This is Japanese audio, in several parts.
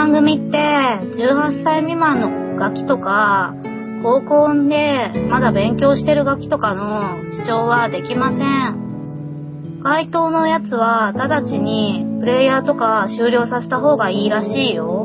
番組って18歳未満のガキとか高校でまだ勉強してるガキとかの視聴はできません。該当のやつは直ちにプレイヤーとか終了させた方がいいらしいよ。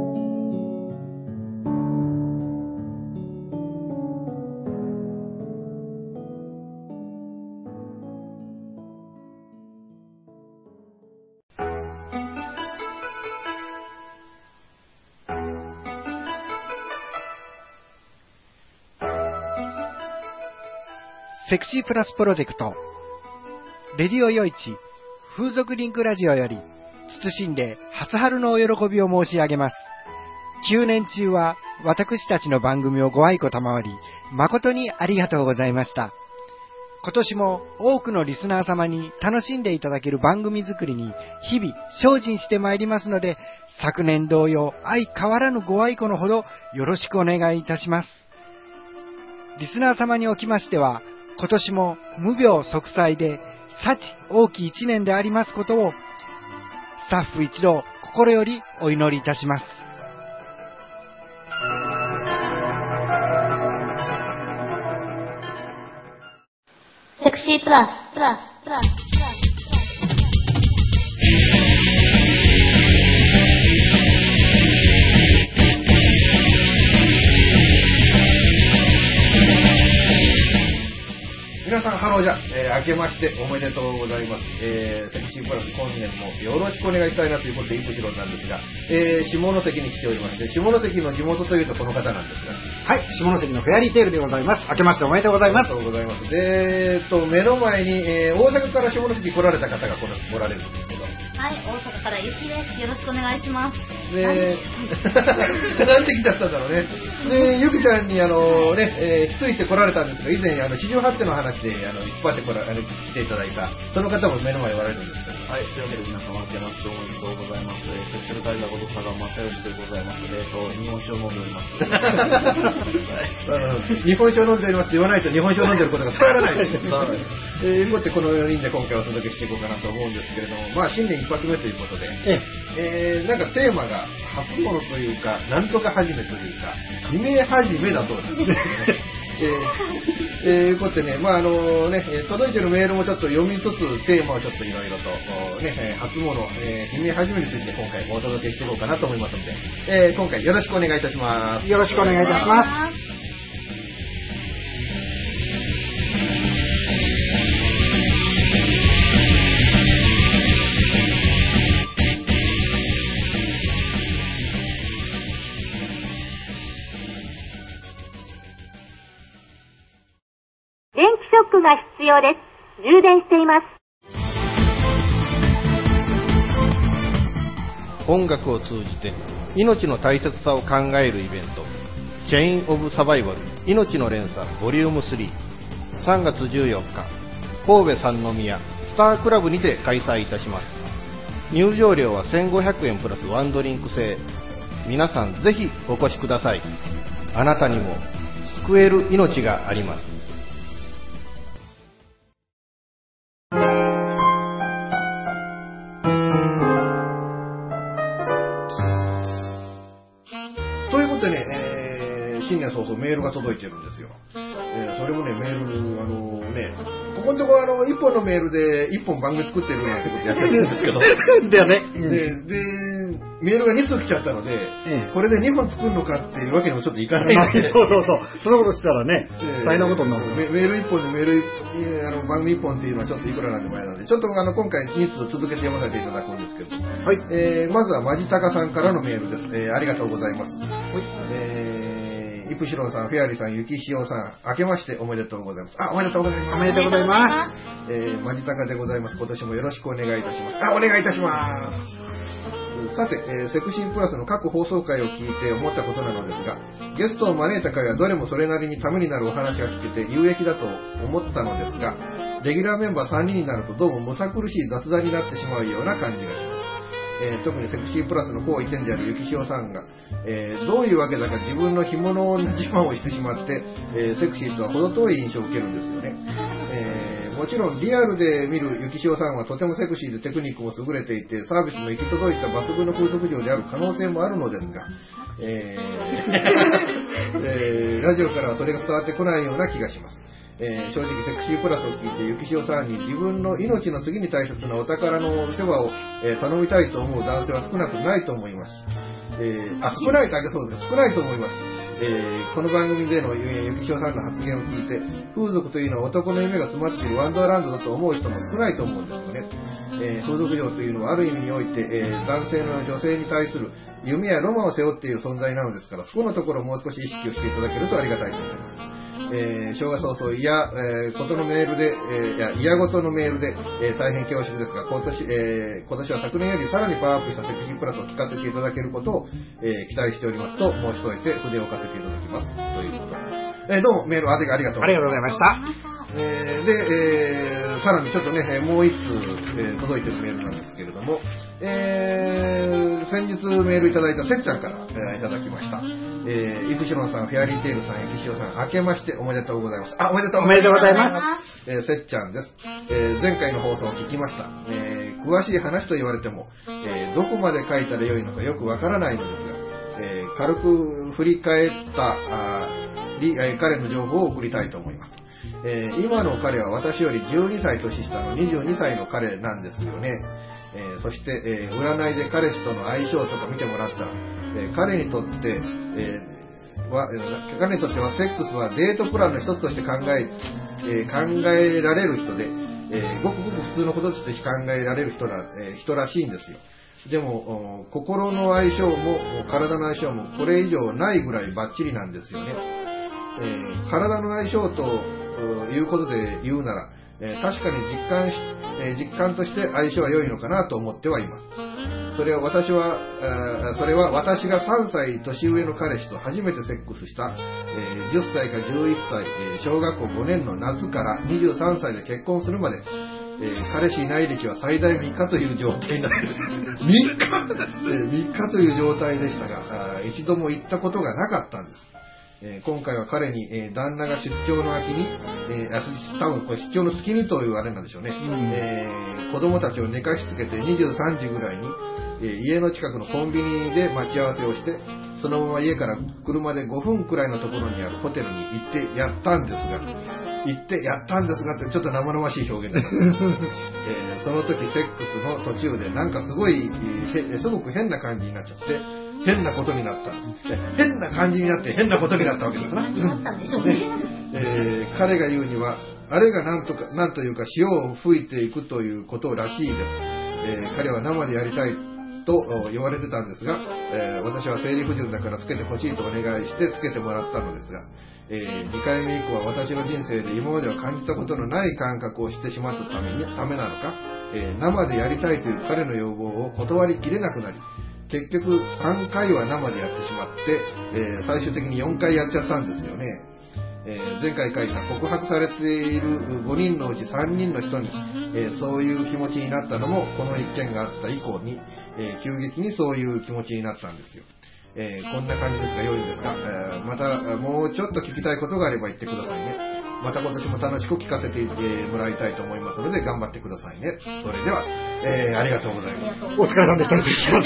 セクシープラスプロジェクトレディオよいち風俗リンクラジオより謹んで初春のお喜びを申し上げます。9年中は私たちの番組をご愛顧賜り誠にありがとうございました。今年も多くのリスナー様に楽しんでいただける番組作りに日々精進してまいりますので、昨年同様相変わらぬご愛顧のほどよろしくお願いいたします。リスナー様におきましては、今年も無病息災で幸大きい一年でありますことをスタッフ一同心よりお祈りいたします。 セクシープラス。 皆さんハローじゃ、明けましておめでとうございます。セクシープラス今年もよろしくお願いしたいなということでイプシロンなんですが、下関に来ておりまして、下関の地元というとこの方なんですが、 はい、下関のフェアリーテールでございます。明けましておめでとうございます。 ありがとうございます。で、目の前に、大阪から下関来られた方が来られるんですけど、 はい、大阪からゆきです。よろしくお願いします。 で、なんで来ちゃったんだろうね。で、ゆきちゃんについて来られたんですけど、以前四十八手の話で引っ張って来ていただいたその方も目の前におられるんですけど。 はい、というわけで皆様明けましておめでとうございます。セクシャルタイガーこと佐賀正義でございます。日本酒を飲んでおります。 日本酒を飲んでおりますって言わないと日本酒を飲んでることが伝わらないです。こうやってこの4人で今回お届けしていこうかなと思うんですけれども、まあ新年一発目ということで、なんかテーマが初物というか、なんとか始めというか、夢始めだそうです。こうやってね、届いてるメールもちょっと読みつつ、テーマをちょっといろいろと、初物、夢始めについて今回お届けしていこうかなと思いますので、今回よろしくお願いいたします。 よろしくお願いいたします。 電気ショックが必要です。充電しています。 音楽を通じて命の大切さを考えるイベント、チェインオブサバイバル命の連鎖ボリューム3、3月14日神戸三宮スタークラブにて開催いたします。入場料は1500円プラスワンドリンク制。皆さんぜひお越しください。あなたにも救える命があります。 新年早々メールが届いてるんですよ。それもね、メール、ここのところ1本のメールで1本番組作ってるなんてことやってるんですけど。 だよね。 で、メールが2通来ちゃったので、これで2本作るのかっていうわけにもちょっといかないので。 そう。そんなことしたらね、大変なことになる。 メール1本で番組1本っていうのはちょっといくらなんでもあれなので、ちょっと今回2通続けて読ませていただくんですけど。はい。まずはマジタカさんからのメールです。ありがとうございます。イプシロンさん、フェアリーさん、ユキシオさん、明けましておめでとうございます。おめでとうございます。 おめでとうございます。 マジタカでございます。今年もよろしくお願いいたします。お願いいたします。さて、セクシープラスの各放送回を聞いて思ったことなのですが、ゲストを招いた回はどれもそれなりにためになるお話が聞けて有益だと思ったのですが、レギュラーメンバー3人になるとどうもむさ苦しい雑談になってしまうような感じがします。特にセクシープラスの好意点であるゆきしおさんが、どういうわけだか自分の干物自慢をしてしまって、セクシーとは程遠い印象を受けるんですよね。 もちろんリアルで見るゆきしおさんはとてもセクシーでテクニックも優れていて、サービスも行き届いた抜群の風俗嬢である可能性もあるのですが、ラジオからはそれが伝わってこないような気がします。正直セクシープラスを聞いてゆきしおさんに自分の命の次に大切なお宝の世話を、頼みたいと思う男性は少なくないと思います。少ないだけそうです。少ないと思います。この番組でのゆきしおさんの発言を聞いて、風俗というのは男の夢が詰まっているワンダーランドだと思う人も少ないと思うんですよね。風俗嬢というのはある意味において、男性の女性に対する夢やロマンを背負っている存在なのですから、そこのところをもう少し意識をしていただけるとありがたいと思います。正月早々ことのメールで、嫌ごとのメールで、大変恐縮ですが、今年は昨年よりさらにパワーアップしたセクシープラスを聞かせていただけることを、期待しておりますと申し添えて筆を置かせていただきますということで、どうもメールありがとうございました。で、さらにちょっとね、もう一通、届いてるメールなんですけれども、先日メールいただいたせっちゃんから、いただきました。イプシロンさん、フェアリーテイルさん、ゆきしおさん、明けましておめでとうございます。おめでとうございます。せっちゃんです。前回の放送を聞きました。詳しい話と言われても、どこまで書いたらよいのかよくわからないのですが、軽く振り返った彼の情報を送りたいと思います。今の彼は私より12歳年下の22歳の彼なんですよね。そして、占いで彼氏との相性とか見てもらったら、彼にとってはセックスはデートプランの一つとして考えられる人で、ごくごく普通のこととして考えられる人らしいんですよ。でも心の相性も体の相性もこれ以上ないぐらいバッチリなんですよね。体の相性ということで言うなら、確かに実感として相性は良いのかなと思ってはいます。それは私が3歳年上の彼氏と初めてセックスした、10歳か11歳、小学校5年の夏から23歳で結婚するまで、彼氏いない歴は最大3日という状態なんです。3日という状態でしたが、一度も行ったことがなかったんです。今回は彼に、旦那が出張の秋に、多分これ出張の月にというあれなんでしょうね、子供たちを寝かしつけて23時ぐらいに、家の近くのコンビニで待ち合わせをして、そのまま家から車で5分くらいのところにあるホテルに行ってやったんですがってちょっと生々しい表現です、その時セックスの途中でなんかすごく変な感じになっちゃって、変なことになったんです。変な感じになって変なことになったわけですな。 なったんでしょうね。 彼が言うには、あれがなんというか潮を吹いていくということらしいです。彼は生でやりたいと言われてたんですが、私は生理不順だからつけてほしいとお願いしてつけてもらったのですが、2回目以降は私の人生で今までは感じたことのない感覚をしてしまったためなのか、生でやりたいという彼の要望を断りきれなくなり、結局3回は生でやってしまって、最終的に4回やっちゃったんですよね。前回書いた告白されている5人のうち3人の人に、そういう気持ちになったのもこの一件があった以降に、急激にそういう気持ちになったんですよ。こんな感じですが良いんですが、またもうちょっと聞きたいことがあれば言ってくださいね。また今年も楽しく聞かせてもらいたいと思いますので頑張ってくださいね。それでは、ありがとうございます。 お疲れ様でした。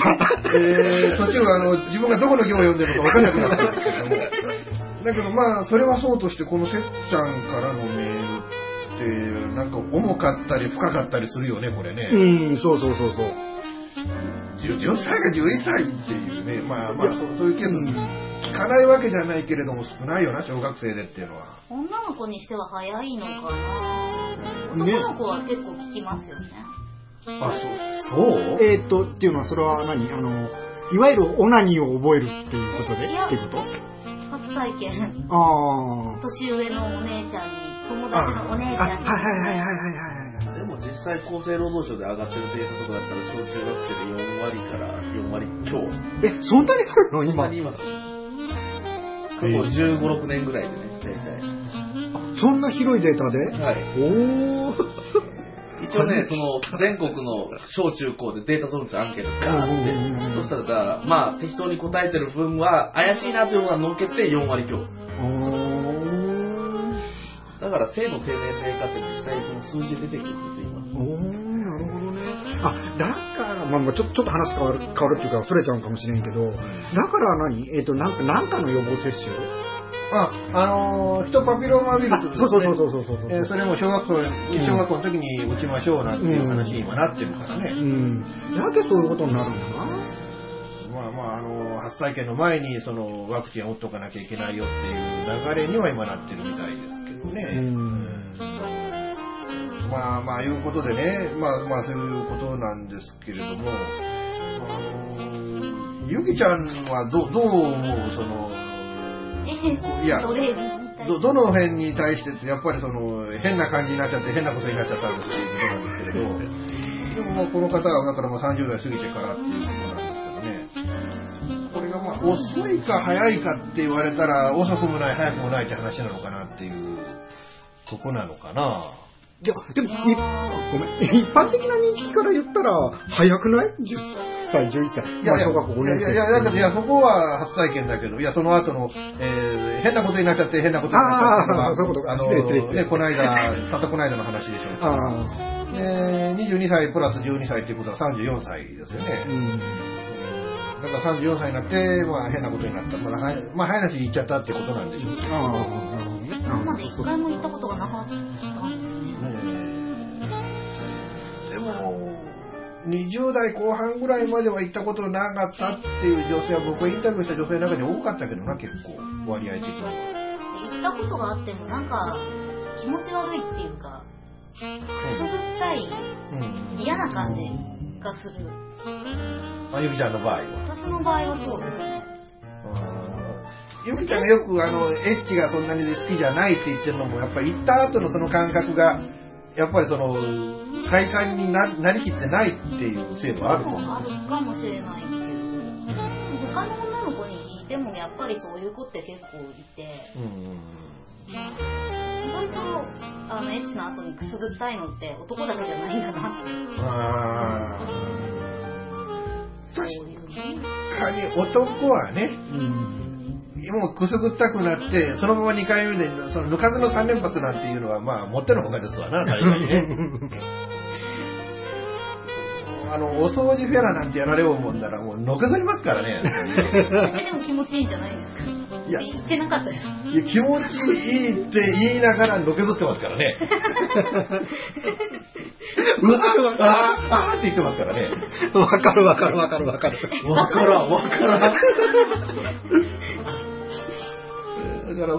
途中自分がどこの行を読んでるのか分からなくなったんですけれども、だけどまあそれはそうとして、このせっちゃんからのメールってなんか重かったり深かったりするよね、これね。 そう。 10歳が11歳っていうね、まあそういうケース聞かないわけじゃないけれども少ないよな、小学生でっていうのは。 女の子にしては早いのかな。男の子は結構聞きますよね。 そうっていうのは、それは何、いわゆるオナニーを覚えるっていうことでっていうこと？ 初体験。年上のお姉ちゃんに、友達のお姉ちゃんに。 でも実際厚生労働省で上がってるデータとかだったら、小中学生で4割から4割強。 そんなにあるの今？ 今過去15、6年ぐらいでね、大体。 そんな広いデータで？ はい。一応ね、その全国の小中高でデータ取るんですよ、アンケートがあって。そしたら、まあ適当に答えてる分は怪しいなというのが乗っけて4割強。だかから性の低年齢化って実際その数字で出てくるんですよ、今。 なるほどね。だから、ちょっと話変わるっていうか、それちゃうかもしれんけど、だからなんかの予防接種ヒトパピローマウイルスですね。 そう。 それも小学校の時に打ちましょうなんていう話に今なってるからね。 なんでそういうことになるんだな。 初体験の前にそのワクチンを打っとかなきゃいけないよっていう流れには今なってるみたいですけどね。いうことでね、そういうことなんですけれども、ゆきちゃんはどう思う？どの辺に対してやっぱりその変な感じになっちゃって変なことになっちゃったんですっていうことなんですけれど、でもこの方はだからもう30代過ぎてからっていうことなんですけどね、これが遅いか早いかって言われたら遅くもない早くもないって話なのかなっていうとこなのかな。 いやでも一般的な認識から言ったら早くない？ 10歳11歳、小学校5年生。 だけどそこは初体験だけど、その後の、変なことになっちゃって変なことになっちゃって、そういうこと。この間の話でしょうか。22歳プラス12歳っていうことは34歳ですよね。だから34歳になって、変なことになった。早い話に言っちゃったってことなんでしょう。 今まで一回も行ったことがなかったんですね。 でも20代後半ぐらいまでは行ったことなかったっていう女性は僕がインタビューした女性の中に多かったけどな、結構割合的には。 行ったことがあってもなんか気持ち悪いっていうか、くすぐったい、嫌な感じがする。 ゆきちゃんの場合は。 私の場合はそうですね。 ゆきちゃんがよくエッチがそんなに好きじゃないって言ってるのも、やっぱり行った後のその感覚がやっぱりその快感になりきってないっていうせいもあると思う。 あるかもしれないけど、他の女の子に聞いてもやっぱりそういう子って結構いて、意外とエッチな後にくすぐったいのって男だけじゃないんだなって。 確かに男はね、もうくすぐったくなってそのまま2回目でその抜かずの3連発なんていうのはもってのほかですわな、大体ね。お掃除フェラなんてやられようもんならもうのけぞりますからね。 でも気持ちいいんじゃないですか。いや言ってなかったです。 いや気持ちいいって言いながらのけぞってますからね。うわあって言ってますからね。 わかる。 わからん。 だから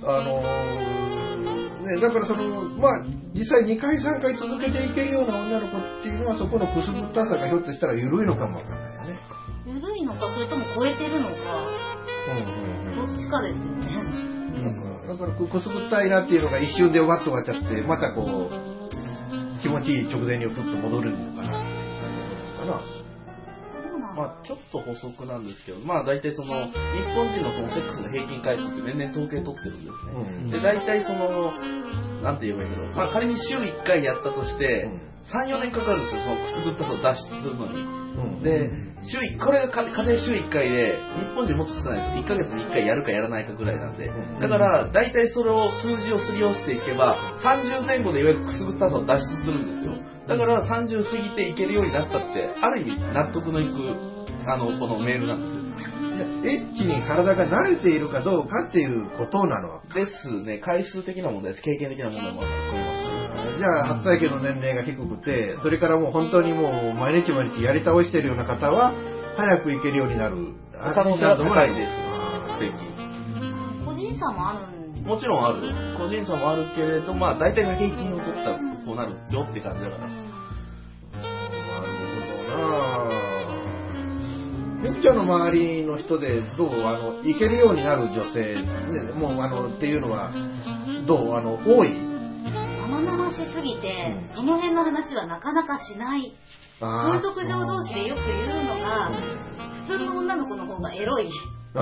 だからその実際2回3回続けていけるような女の子っていうのはそこのくすぐったさがひょっとしたら緩いのかもわかんないよね。 緩いのかそれとも超えてるのか、どっちかですよね。 だからくすぐったいなっていうのが一瞬で終わっちゃってまたこう気持ちいい直前にふっと戻れるのかなっていうのかな。 ちょっと補足なんですけど、大体その日本人のそのセックスの平均回数って年々統計取ってるんですね。で大体そのなんて言えばいいんだろう。仮に週1回やったとして、3、4年かかるんですよ。そのくすぐったさを脱出するのに。でこれが家庭週1回で日本人もっと少ないです。1ヶ月に1回やるかやらないかぐらいなんで。だから大体それを数字をすり寄せていけば30前後でいわゆるくすぐったさを脱出するんですよ。だから30過ぎていけるようになったってある意味納得のいくこのメールなんですよ。 エッチに体が慣れているかどうかっていうことなのですね。回数的な問題です。経験的な問題も含めますし。 じゃあ初体験の年齢が低くてそれからもう本当にもう毎日毎日やり倒しているような方は早くいけるようになる可能性は高いです。 個人差もあるんもちろんある。個人差もあるけれど大体が平均を取ったらこうなるよって感じだから。 なるほどな。ゆきちゃんの周りの人でどういけるようになる女性、もうっていうのはどう多い？ 生々しすぎて、その辺の話はなかなかしない。風俗嬢同士でよく言うのが、普通の女の子の方がエロい。だ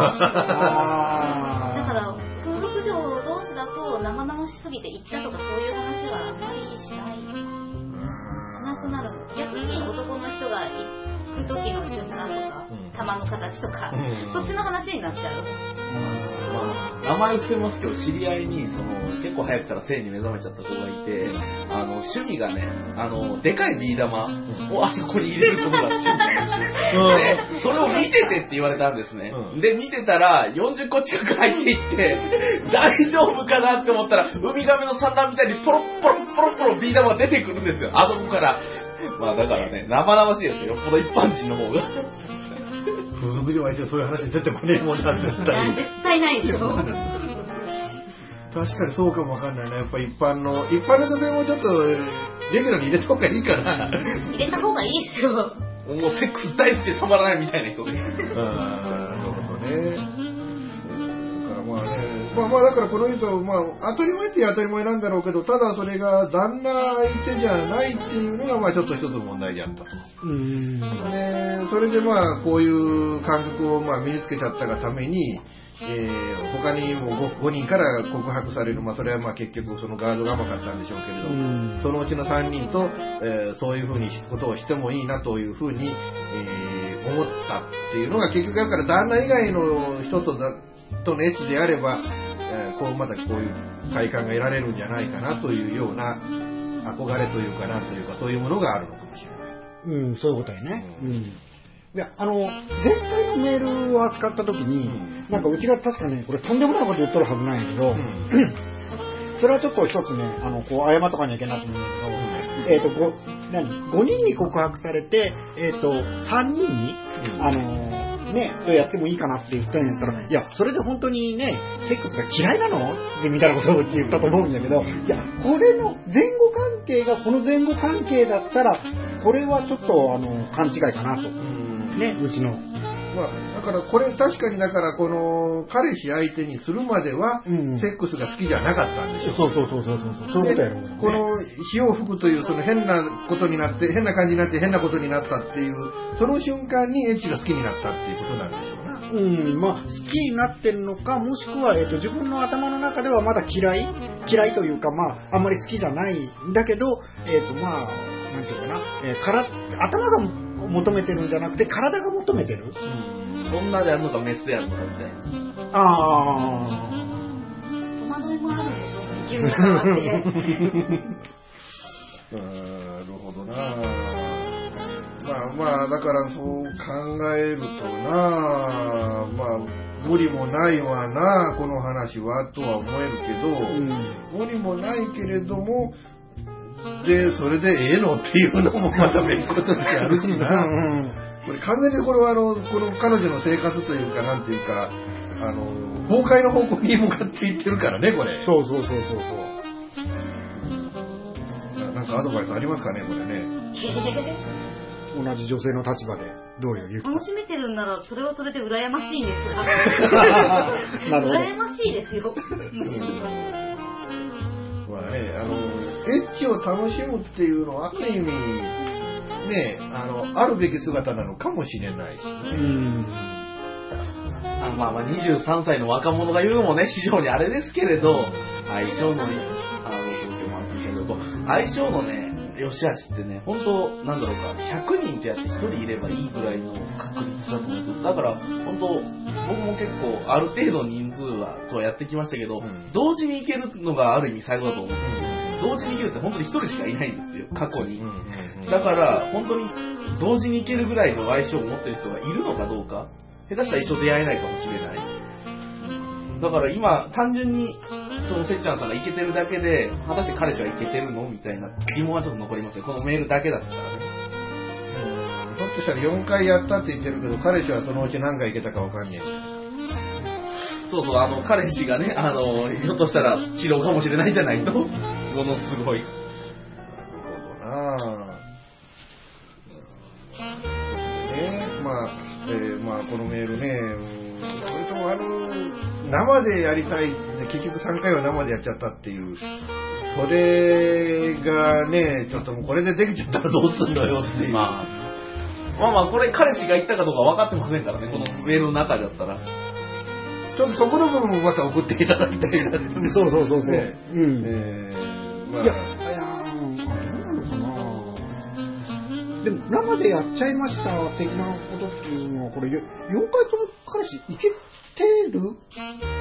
から風俗嬢同士だと生々しすぎて言ったとかそういう話はあんまりしなくなる。逆に男の人が行く時の瞬間とか、玉の形とか、そっちの話になっちゃう。 名前を伏せますけど、知り合いに結構早くから性に目覚めちゃった子がいて、趣味がね、でかいビー玉をあそこに入れることが趣味なんですよ。で、それを見ててって言われたんですね。で、見てたら40個近く入っていって、大丈夫かなって思ったら、ウミガメの産卵みたいにポロッポロッポロッポロビー玉が出てくるんですよ。あそこから。まあだからね、生々しいですよ。よっぽど一般人の方が。 風俗嬢相手そういう話出てこねえもんな、絶対。 絶対ないでしょ。 確かにそうかもわかんないな。やっぱ一般の女性もちょっとレギュラーに入れた方がいいかな。 入れた方がいいですよ。 もうセックス大好きでたまらないみたいな人で。 なるほどね。だからまあね、まあだからこの人、当たり前って当たり前なんだろうけど、ただそれが旦那相手じゃないっていうのがちょっと一つ問題であったと。それでこういう感覚を身につけちゃったがために、他にも 5人から告白される、それは結局そのガードが甘かったんでしょうけれど、そのうちの3人と、そういうふうにことをしてもいいなというふうに、思ったっていうのが結局だから旦那以外の人とのエッチであれば、またこういう快感が得られるんじゃないかなというような憧れというかなんというかそういうものがあるのかもしれない。 そういうことやね。いや、前回のメールを扱った時に、うちが確かね、これとんでもないこと言っとるはずなんやけど、それはちょっと一つね、謝っとかにはいけないと思うんだけど、5人に告白されて、3人に、とやってもいいかなって言ったんやったら、いや、それで本当にね、セックスが嫌いなのってみたいなことを言ったと思うんだけど、いや、これの前後関係がこの前後関係だったら、これはちょっと勘違いかなと。うちの。 だからこれ確かにだからこの彼氏相手にするまではセックスが好きじゃなかったんでしょ。 そういうことやろうね。 この火を吹くというその変なことになって変な感じになって変なことになったっていうその瞬間にエッチが好きになったっていうことなんでしょうな。 好きになってるのか、もしくは自分の頭の中ではまだ嫌いというかあんまり好きじゃないんだけどなんていうかな、頭が求めてるんじゃなくて体が求めてる。 女であるのかメスであるのかみたいな。 戸惑いもあるんでしょうね、急に変わって。 なるほどな。だからそう考えるとな、無理もないわなこの話はとは思えるけど、無理もないけれども。で、それでええのっていうのもまた別個としてあるしな。これ完全にこれはこの彼女の生活というかなんていうか、崩壊の方向に向かっていってるからね、これ。 そう。 なんかアドバイスありますかね、これね。 同じ女性の立場でどういう楽しめてるんならそれはそれで羨ましいんですが。 なるほど。 羨ましいですよ。 エッチを楽しむっていうのはある意味ね、あるべき姿なのかもしれないしね。 23歳の若者が言うのもね、非常にあれですけれど、相性のね、良し悪しってね、本当なんだろうか、100人とやって1人いればいいぐらいの確率だと思うんです。だから本当僕も結構ある程度人数とはやってきましたけど、同時にいけるのがある意味最後だと思うんですよ。同時にいけるって本当に1人しかいないんですよ、過去に。だから本当に同時にいけるぐらいの相性を持ってる人がいるのかどうか、下手したら一生出会えないかもしれない。だから今単純にそのせっちゃんさんがイケてるだけで果たして彼氏はイケてるのみたいな疑問はちょっと残りますよ、このメールだけだったらね。 ひょっとしたら4回やったって言ってるけど彼氏はそのうち何回いけたかわかんねえ。 そう彼氏がねひょっとしたら治療かもしれないじゃないとものすごい。 なるほどなこのメールね、それとも生でやりたいって結局3回は生でやっちゃったっていう、それがねちょっともうこれでできちゃったらどうすんのよっていう。 これ彼氏が言ったかどうか分かってませんからね、このメールの中だったら。 ちょっとそこの部分もまた送っていただきたいなって。 そう。 ね、 どうなのかな。でも生でやっちゃいました的なことっていうのはこれ4回とも彼氏いけてると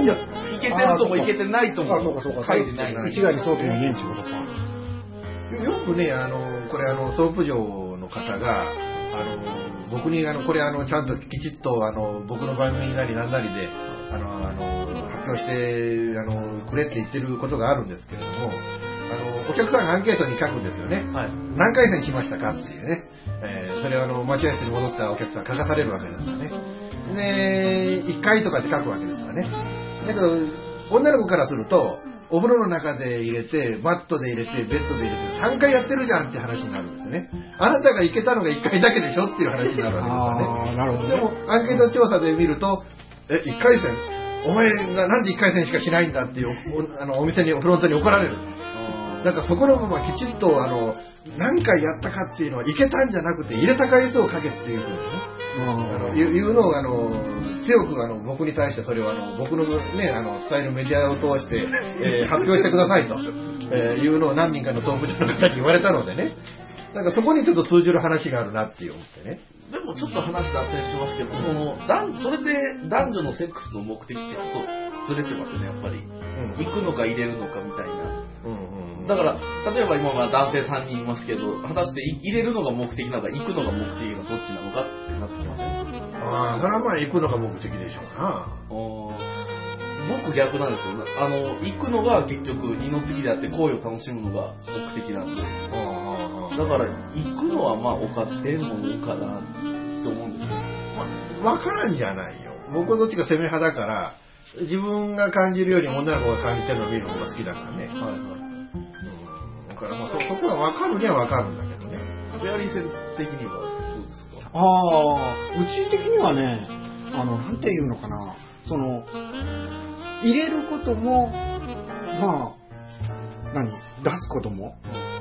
もいけてるともいけてないともそうか書いてない。 一概にそうとも言えんってことか。 よくね、これソープ場の方が、僕にこれちゃんときちっと僕の番組なりなんなりで発表してくれって言ってることがあるんですけれども、お客さんがアンケートに書くんですよね、はい、何回戦しましたかっていうね、それを待合室に戻ったお客さん書かされるわけですからね。で1回とかって書くわけですからね。だけど女の子からするとお風呂の中で入れてマットで入れてベッドで入れて3回やってるじゃんって話になるんですよね。あなたが行けたのが1回だけでしょっていう話になるわけですよね。 なるほどね。 でもアンケート調査で見ると1回戦お前がなんで1回戦しかしないんだっていうお店にフロントに怒られる。だからそこの部分はきちっと何回やったかっていうのは、いけたんじゃなくて入れた回数を書けっていうふうにね、いうのを強く僕に対してそれを僕のね伝えるメディアを通して、発表してくださいと、いうのを何人かの総務長の方に言われたのでね、なんかそこにちょっと通じる話があるなって思ってね。 でもちょっと話脱線しますけど、それで男女のセックスの目的ってちょっとずれてますよね、やっぱり。行くのか入れるのかみたいな。だから例えば今は男性3人いますけど、果たして入れるのが目的なのか行くのが目的なのかどっちなのかってなってきません？ それはまあ行くのが目的でしょうな。 僕逆なんですよ。行くのが結局二の次であって行為を楽しむのが目的なんで。だから行くのはまあおかってんものかなと思うんですけど。 わからんじゃないよ。僕はどっちか攻め派だから、自分が感じるよりも女の子が感じてるのを見るのが好きだからね。だからまあそこは分かるには分かるんだけどね。 ベアリーセンス的にはどうですか？ うち的にはね、なんていうのかな、入れることも、まあ、出すことも、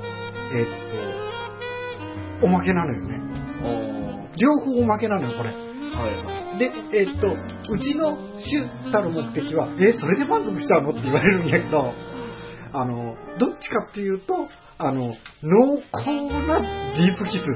おまけなのよね。両方おまけなのよ、これ。で、うちの主たる目的は、それで満足しちゃうのって言われるんやけど、どっちかっていうと、濃厚なディープキス。キス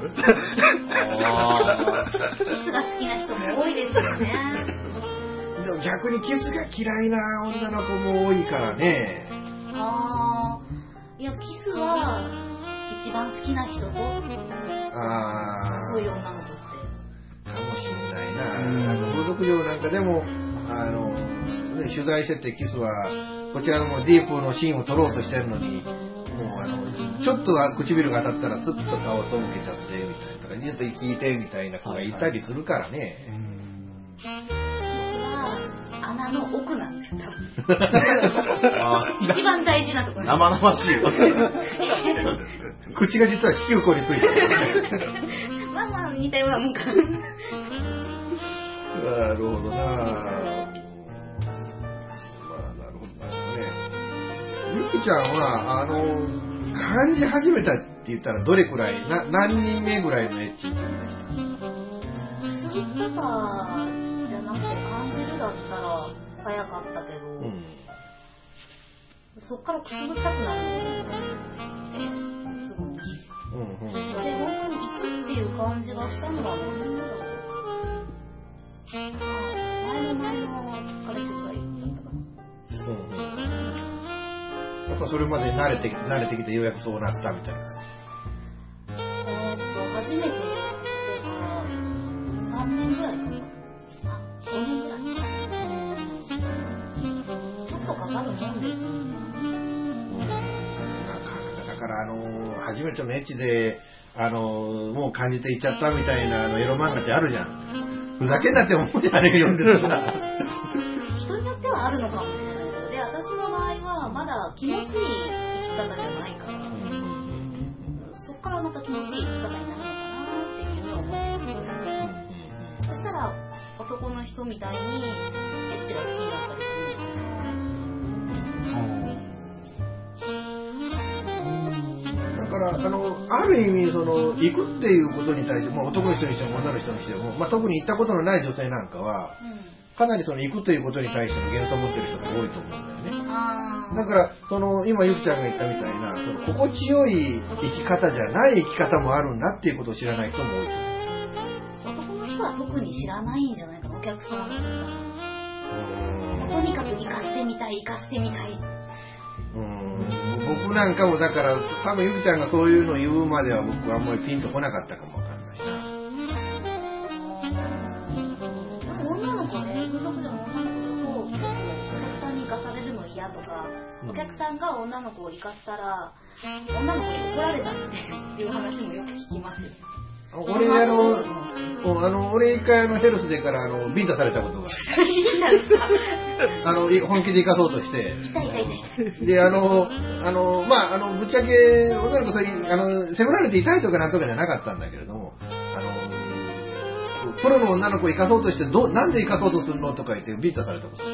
が好きな人も多いですよね。 でも逆にキスが嫌いな女の子も多いからね。 いや、キスは一番好きな人と、そういう女の子って。 かもしれないな。風俗嬢なんかでも、取材しててキスは、こちらのディープのシーンを撮ろうとしてるのに、もうちょっと唇が当たったらスッと顔を背けちゃってみたいなとか、ちょっと聞いてみたいな子がいたりするからね。 キスは穴の奥なんですよ、一番大事なところ。 生々しいわ。 口が実は子宮口についてる。 まあ似たようなもんかな。 なるほどな。ゆきちゃんは感じ始めたって言ったらどれくらい何人目ぐらいのエッチの時でした？ くすぐったさじゃなくて感じるだったら早かったけど、そっからくすぐったくなるのですぐに。で本当に行くっていう感じがしたのは何年だろう。前の彼氏ぐらいだったかな。 やっぱそれまで慣れてきてようやくそうなったみたいな。 初めてしてから3年ぐらいかな。5年ぐらい。ちょっとかかるもんですよね。 だから初めてのエッチでもう感じていっちゃったみたいなエロ漫画ってあるじゃん。ふざけんなって思うじゃねえよんですから人によってはあるのかもしれないけど、で私の場合はまだ気持ちいい生き方じゃないから、そっからまた気持ちいい生き方になるのかなっていうのを思いつつ、そしたら男の人みたいにエッチが好きになったりするのかな。 だからある意味行くっていうことに対して、男の人にしても女の人にしても、特に行ったことのない女性なんかは、かなり行くということに対しての幻想を持ってる人が多いと思うんだよね。だから今ゆきちゃんが言ったみたいな心地よい生き方じゃない生き方もあるんだっていうことを知らない人も多いと思う。 男の人は特に知らないんじゃないかな、お客さんだったら。 とにかく生かしてみたい。 僕なんかもだから多分ゆきちゃんがそういうの言うまでは僕はあんまりピンとこなかったかもわかんないな。 女の子ね、風俗嬢の女の子だとお客さんに生かされるの嫌とか、お客さんが女の子を生かしたら女の子に怒られたっていう話もよく聞きますよ。 俺一回ヘルスでからビンタされたことが本気で生かそうとしてでぶっちゃけ女の子責められて痛いとかなんとかじゃなかったんだけれどもプロの女の子を生かそうとしてなんで生かそうとするのとか言ってビンタされたこと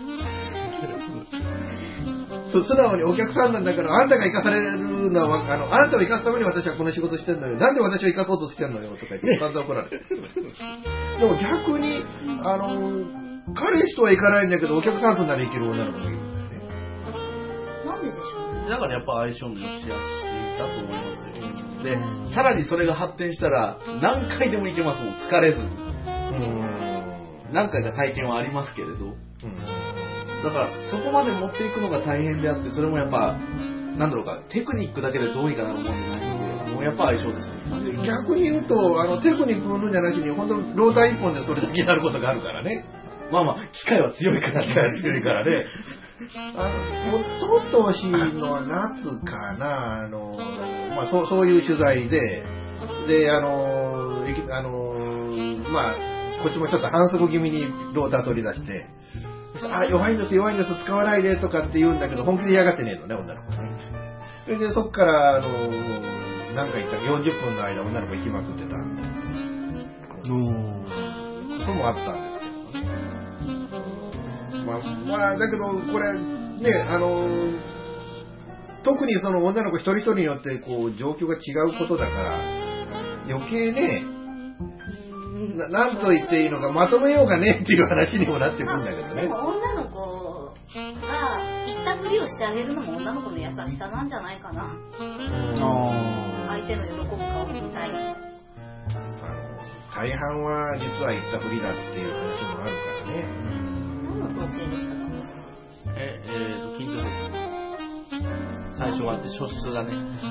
素直にお客さんなんだからあんたが生かされるのはあなたを生かすために私はこの仕事してるのよ、なんで私を生かそうとしてるのよとか言って散々怒られてでも逆に彼氏とはいかないんだけどお客さんとなら生きる女の子もいるんだよね。 なんででしょうね。 だからやっぱ相性の良し悪しだと思いますよ。でさらにそれが発展したら何回でもいけますもん、疲れずに。何回か体験はありますけれど、だからそこまで持っていくのが大変であって、それもやっぱなんだろうか、テクニックだけでどうにかなるもんじゃないので、もうやっぱ相性ですよ。 逆に言うとテクニックのじゃなしに本当にローター一本でそれだけになることがあるからね。 まあまあ機械は強いからね。 強いからね。おととしの夏かな、そういう取材でこっちもちょっと反則気味にローター取り出して、弱いんです使わないでとかって言うんだけど本気で嫌がってねえのね、女の子ね。それでそっから何回言ったか40分の間女の子行きまくってたこともあったんですけどね。だけどこれね特にその女の子一人一人によって状況が違うことだから余計ねなんと言っていいのかまとめようがねっていう話にもなってくるんだけどね。 でも女の子が言ったふりをしてあげるのも女の子の優しさなんじゃないかな。相手の喜ぶ顔みたいに。大半は実は言ったふりだっていう話もあるからね。 何の統計でしたか？ 近所最初は書出が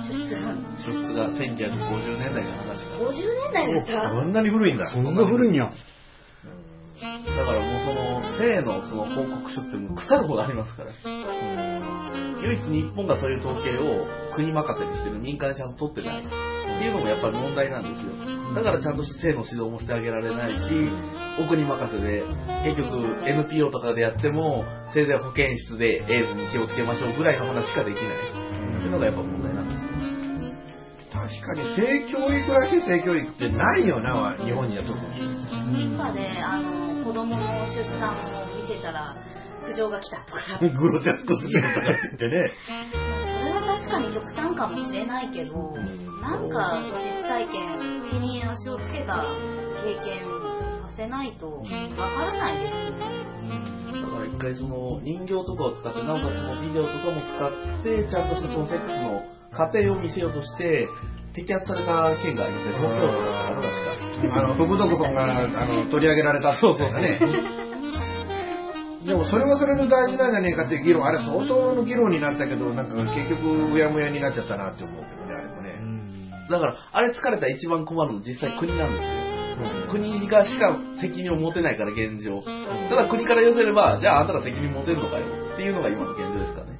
1950年代の話か。 50年代だった？ そんなに古いんだ。 そんな古いんや。 だからもう性の報告書ってもう腐るほどありますから。唯一日本がそういう統計を国任せにしてる、民間でちゃんと取ってないっていうのもやっぱり問題なんですよ。だからちゃんとした性の指導もしてあげられないし、お国任せで結局 NPO とかでやってもせいぜい保健室でエイズに気をつけましょうぐらいの話しかできないっていうのがやっぱ問題なんですよ。 確かに性教育らしい性教育ってないよな、日本には特に。 一家で子供の出産を見てたら苦情が来たとかグロテスクすぎるとかって言ってねそれは確かに極端かもしれないけど、なんか実体験、地に足をつけた経験させないとわからないですよね。 だから一回人形とかを使って、なおかつビデオとかも使ってちゃんとしたセックスの過程を見せようとして摘発された件がありますね。東京都とか確か副読本が取り上げられたってことだね。でもそれはそれで大事なんじゃねえかっていう議論、あれ相当の議論になったけど、なんか結局うやむやになっちゃったなって思うけどね、あれもね。 だからあれ疲れたら一番困るの実際国なんですよ。国がしか責任を持てないから現状。ただ国から寄せれば、じゃああんたら責任持てるのかよっていうのが今の現状ですからね。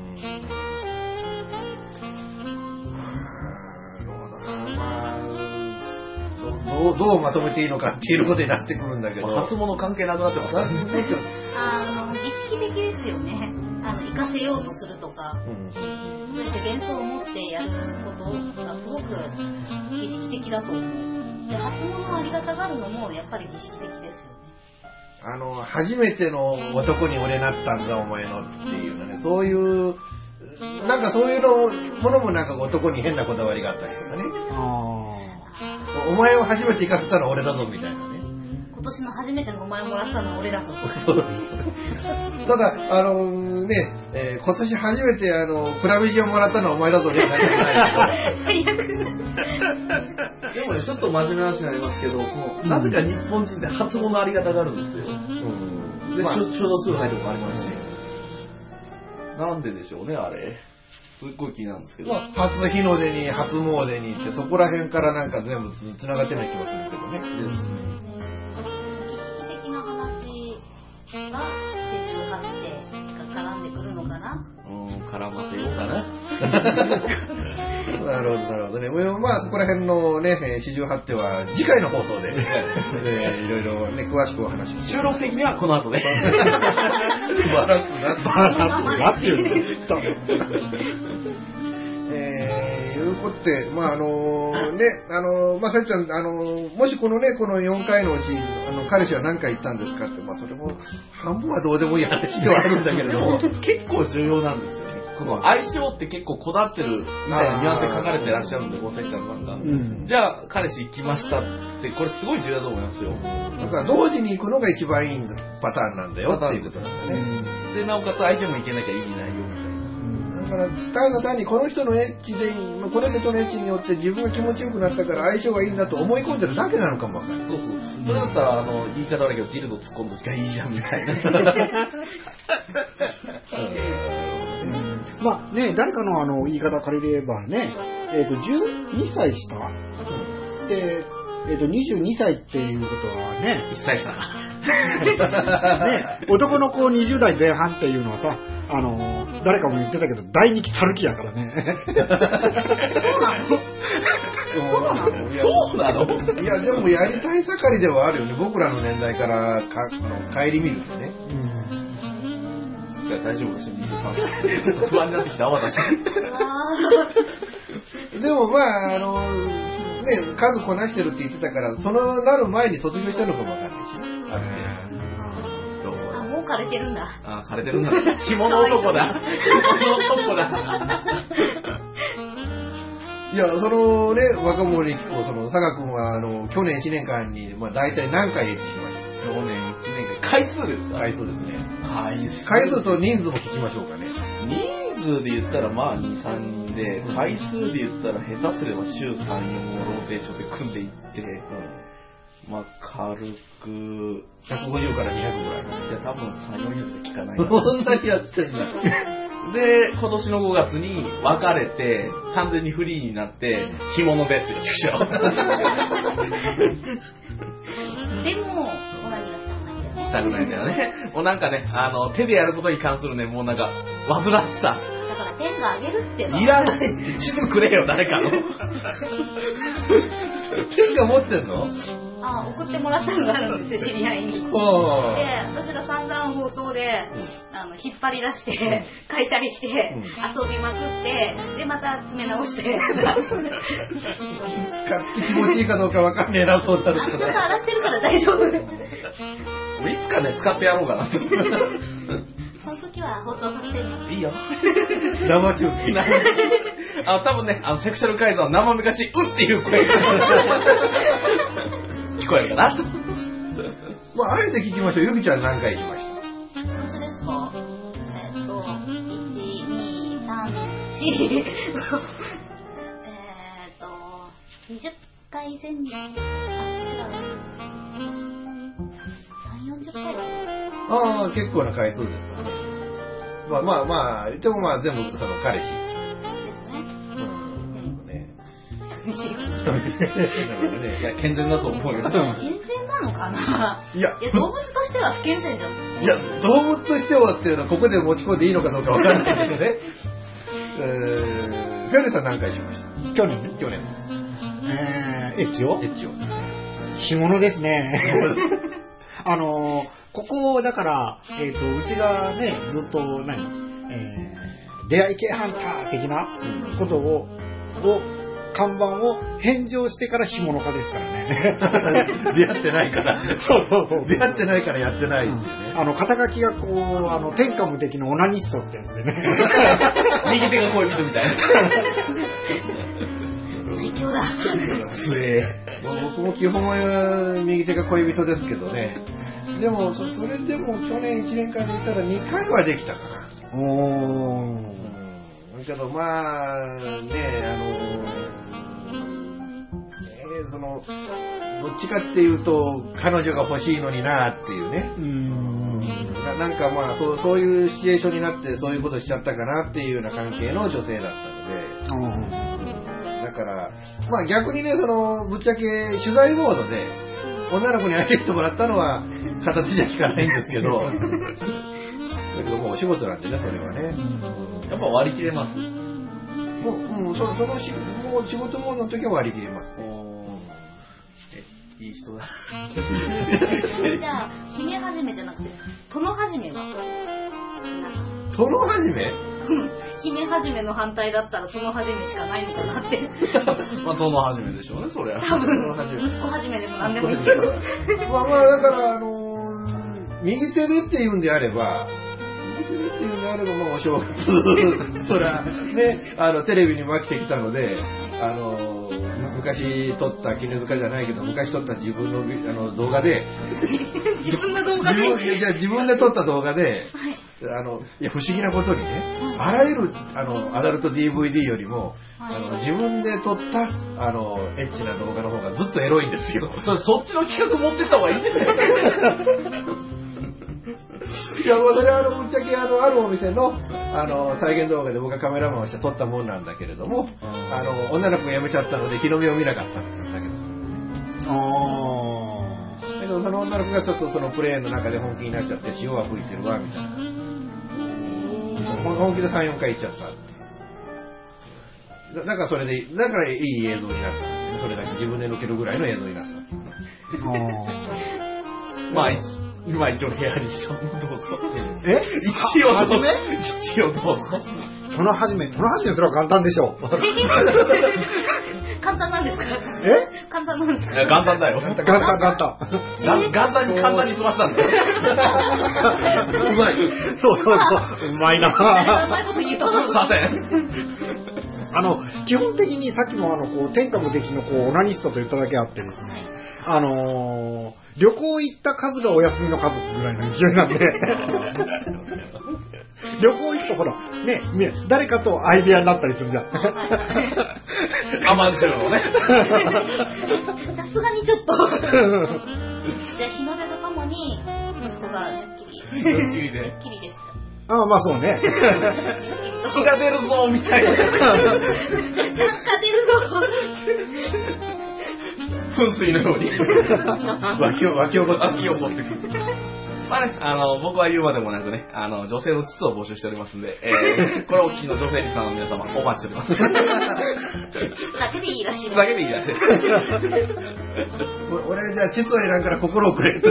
どうまとめていいのかっていうことになってくるんだけど、 初物関係なくなってますからね。 儀式的ですよね。生かせようとするとか、そうやって幻想を持ってやることがすごく儀式的だと思う。で、初物をありがたがるのもやっぱり儀式的ですよね。 初めての男に俺なったんだお前のっていうのね、そういうなんかそういうものもなんか男に変なこだわりがあったりとかね。お前を初めて行かせたのは俺だぞみたいなね。 今年の初めてのお前をもらったのは俺だぞ。 ただ今年初めてプラミジをもらったのはお前だぞみたいな。 でもね、ちょっと真面目な話になりますけど、なぜか日本人で初物ありがたがるんですよ。 で、初動すぐ入るとこありますし。なんででしょうね、あれ。すっごい気になるんですけど。 初日の出に、初詣にって、そこら辺からなんか全部繋がってない気がするけどね。 歴史的な話は、四十八手が絡んでくるのかな？ 絡ませようかな。 なるほど、なるほどね。まあ、そこら辺のね、四十八手は次回の放送で、いろいろね、詳しくお話しして。 収録的にはこの後ね。 バランスなっていういうことで、まあね、まあ、さっちゃん、もしこのね、この4回のうち、彼氏は何回言ったんですかって、まあ、それも、半分はどうでもいい話ではあるんだけれども。 結構重要なんですよね。この相性って結構こだわってるみたいなニュアンスで書かれてらっしゃるんで、ごせっちゃんさんが。じゃあ、彼氏行きましたって、これすごい重要だと思いますよ。 だから、同時に行くのが一番いいパターンなんだよっていうことなんだね。 で、なおかつ相手も行けなきゃ意味ないよみたいな。 だから、ただ単にこの人のエッチで、この人のエッチによって自分が気持ちよくなったから相性がいいんだと思い込んでるだけなのかもわかんない。 そうそう。それだったら、言い方悪いけど、ディルド突っ込んどきゃいいじゃんみたいな。 まあね、誰かの言い方借りればね、12歳下で、22歳っていうことはね、 1歳下。 ね、男の子20代前半っていうのはさ、誰かも言ってたけど、第二期たるきやからね。 そうなの？ いや、でもやりたい盛りではあるよね。僕らの年代から帰り見るとね。 大丈夫かしら、23歳。不安になってきた、私。 でもまあ、ね、数こなしてるって言ってたから、そのなる前に卒業したのかもわかんないしね。あって。 もう枯れてるんだ。 枯れてるんだ。着物男だ。着物男だ。 いや、そのね、若者に聞くと、佐賀君は、去年1年間に、まあ大体何回エッチしました？ 去年1年間、回数ですか？ 回数ですね。 回数と人数も聞きましょうかね。 人数で言ったらまあ2、3人で、回数で言ったら下手すれば週3、4をローテーションで組んでいって、まあ軽く 150から200ぐらい。いや多分3、400って聞かない。 そんなにやってんだ。 で、今年の5月に別れて、完全にフリーになって、干物ですよ、畜生。 でも、オナニーはしたくないんだよね。 したくないんだよね。もうなんかね、手でやることに関するね、もうなんか、煩わしさ。 だから天があげるってば。 いらない。地図くれよ、誰かの。 天が持ってんの？ 送ってもらったのがあるんですよ、知り合いに。で、私が散々放送で、引っ張り出して、解体して、遊びまくって、で、また詰め直して。 使って気持ちいいかどうかわかんねえな、そうなるとね。 洗ってるから大丈夫。 いつかね、使ってやろうかな。 その時は放送させてね。 いいよ。 生中継。 多分ね、セクシャル改造は生めかし、うっていう声が聞こえるかな。 まあ、あえて聞きましょう。ゆきちゃん何回しました？ 私ですか？1、2、3、4、20回前後。違う。3、40回だ。 結構な回数ですよね。まあ、でもまあ、全部彼氏。 いや、健全だと思うよ。 健全なのかな？いや、動物としては不健全じゃん。 いや、動物としてはっていうのは、ここで持ち込んでいいのかどうかわかんないけどね。フェルさん何回しました？ 去年。エッチを干物ですね。ここ、だから、うちがね、ずっと、出会い系ハンター的なことを看板を返上してから干物化ですからね。 出会ってないから。そう。出会ってないからやってないっていうね。 肩書きがこう、天下無敵のオナニストってやつでね。 右手が恋人みたいな。 最強だ。 つえ。 僕も基本は右手が恋人ですけどね。でも、それでも去年1年間で言ったら2回はできたかな。だけどまあね、どっちかっていうと彼女が欲しいのになっていうね。 なんかまあそういうシチュエーションになってそういうことしちゃったかなっていうような関係の女性だったので、だからまあ逆にね、ぶっちゃけ取材モードで女の子に会いに来てもらったのは片手じゃ聞かないんですけどだけどもうお仕事なんでね、それはね、 やっぱ割り切れます。 もうその仕事モードの時は割り切れます。 いい人だ。 じゃあ、姫はじめじゃなくて、殿はじめは殿はじめ姫はじめの反対だったら殿はじめしかないのかなって。 まあ、殿はじめでしょうね、それは。 多分、息子はじめでも何でもいいけど。 まあだから右手でっていうんであれば、もうお正月そらね、テレビにも飽きてきたので、昔撮った絹塚じゃないけど、昔撮った自分の動画で自分の動画で自分で撮った動画で、いや不思議なことにね、あらゆるアダルト DVD よりも、自分で撮ったエッチな動画の方がずっとエロいんですよ。 そっちの企画持ってった方がいいんじゃないですか。 いや、それはぶっちゃけあるお店の体験動画で僕がカメラマンをして撮ったもんなんだけれども、女の子が辞めちゃったので日の目を見なかったんだけど。だけどその女の子がちょっとそのプレーンの中で本気になっちゃって潮は吹いてるわみたいな。本気で 3,4 回行っちゃったって。だからそれで、だからいい映像になった。それだけ自分で抜けるぐらいの映像になった。 まあ今一応部屋にしよう。どうぞ。 一応どうぞ。そのはじめすら簡単でしょう。 簡単なんですか？簡単なんですか？ 簡単だよ。 簡単。 簡単に済ましたんだよ。 うまい。 そう。うまいな。 うまいこと言うと思う。 すいません。 基本的にさっきも天下無敵のオナニストと言っただけあってですね、旅行行った数がお休みの数ぐらいの勢いなんで旅行行くとほらね、誰かとアイデアになったりするじゃん。 アマンジュのね。 さすがにちょっと。じゃあ日の出とともに息子がドッキリでした。 まあそうね。 日が出るぞみたいな。 なんか出るぞ。 噴水のように湧き起こってくる。 まあね、僕は言うまでもなくね、女性の膣を募集しておりますんで、これをお聞きの女性リスナーの皆様お待ちしております。 だけでいいらしい。 だけでいいらしい。 俺じゃあ膣はいらんから心をくれ。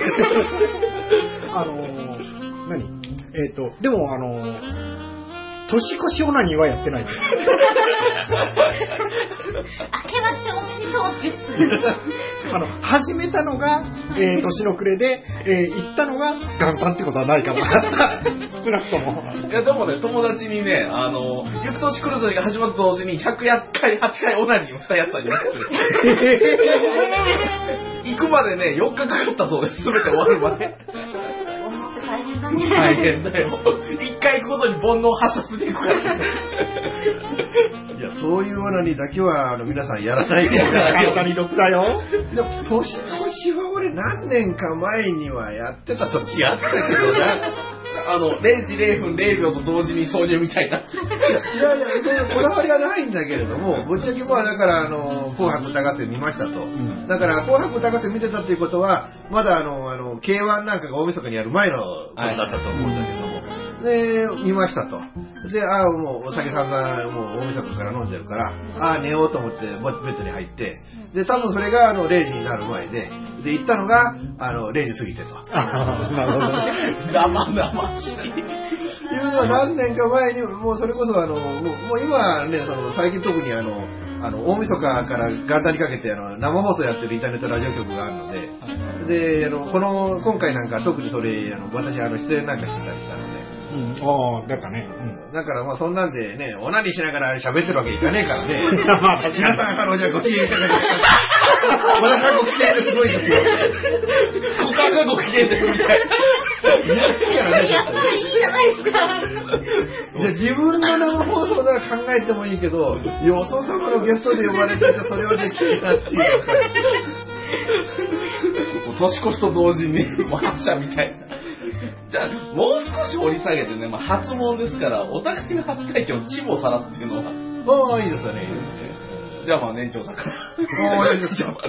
でも年越しオナニーはやってない。 明けましておめでとうって始めたのが、年の暮れで、行ったのが元旦ってことはないかな。少なくとも。 いやでもね、友達にね、ゆく年来る年が始まると同時に108回オナニーをしたやつはいます。行くまでね、4日かかったそうです。全て終わるまで。 大変だね。 大変だよ。一回行くことに煩悩を発射していくから。 いや、そういうオナニーだけは皆さんやらないで。 体に毒だよ。 でも年越しは俺何年か前にはやってた時あったけどな。 0時0分0秒と同時に挿入みたいな。いや、こだわりはないんだけれども、ぶっちゃけまあだから紅白歌合戦見ましたと。だから紅白歌合戦見てたっていうことは、まだK1 なんかが大晦日にやる前のことだったと思うんだけども。で、見ましたと。で、もうお酒さんがもう大晦日から飲んでるから、寝ようと思ってベッドに入って、で、多分それが0時になる前で、行ったのが0時過ぎてと。 なるほどね。 生しい。 いうのは何年か前に、もうそれこそもう今ね、最近特に大晦日から元旦にかけて生放送やってるインターネットラジオ局があるので、で、今回なんか特にそれ、私出演なんかしてたりしたので、 だったね。 だからまあそんなんでね、オナニーしながら喋ってるわけいかねえからね。皆さんじゃあご機嫌いただきます。私はご機嫌ですごいですよ。 股間がご機嫌ですみたいな。 やったらいいじゃないですか。 じゃあ自分の生放送なら考えてもいいけど、よそ様のゲストで呼ばれててそれはできないなっていう。 年越しと同時に発射みたいな。 じゃあ、もう少し掘り下げてね、初詣ですから、お互いの初体験をチボを晒すっていうのは。 ああ、いいですよね。 じゃあ年長さんから。 ああ、いいですよ。